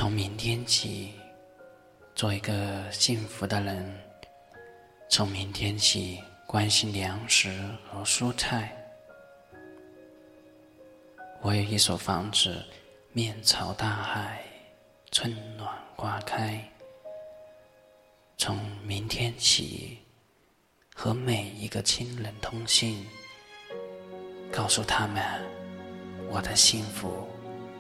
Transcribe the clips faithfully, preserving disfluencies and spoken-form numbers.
从明天起做一个幸福的人，从明天起关心粮食和蔬菜。我有一所房子，面朝大海，春暖花开。从明天起，和每一个亲人通信，告诉他们我的幸福。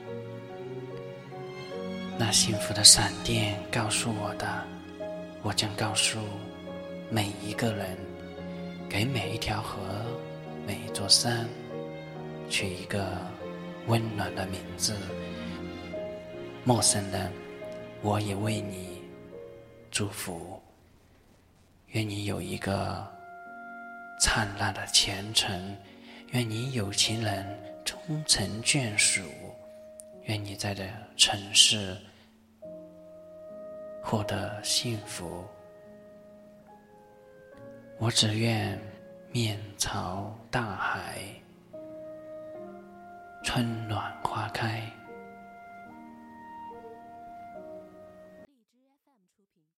那幸福的闪电告诉我的，我将告诉每一个人，给每一条河、每一座山取一个温暖的名字。陌生人，我也为你祝福，愿你有一个灿烂的前程，愿你有情人终成眷属，愿你在这城市获得幸福。我只愿面朝大海，春暖花开。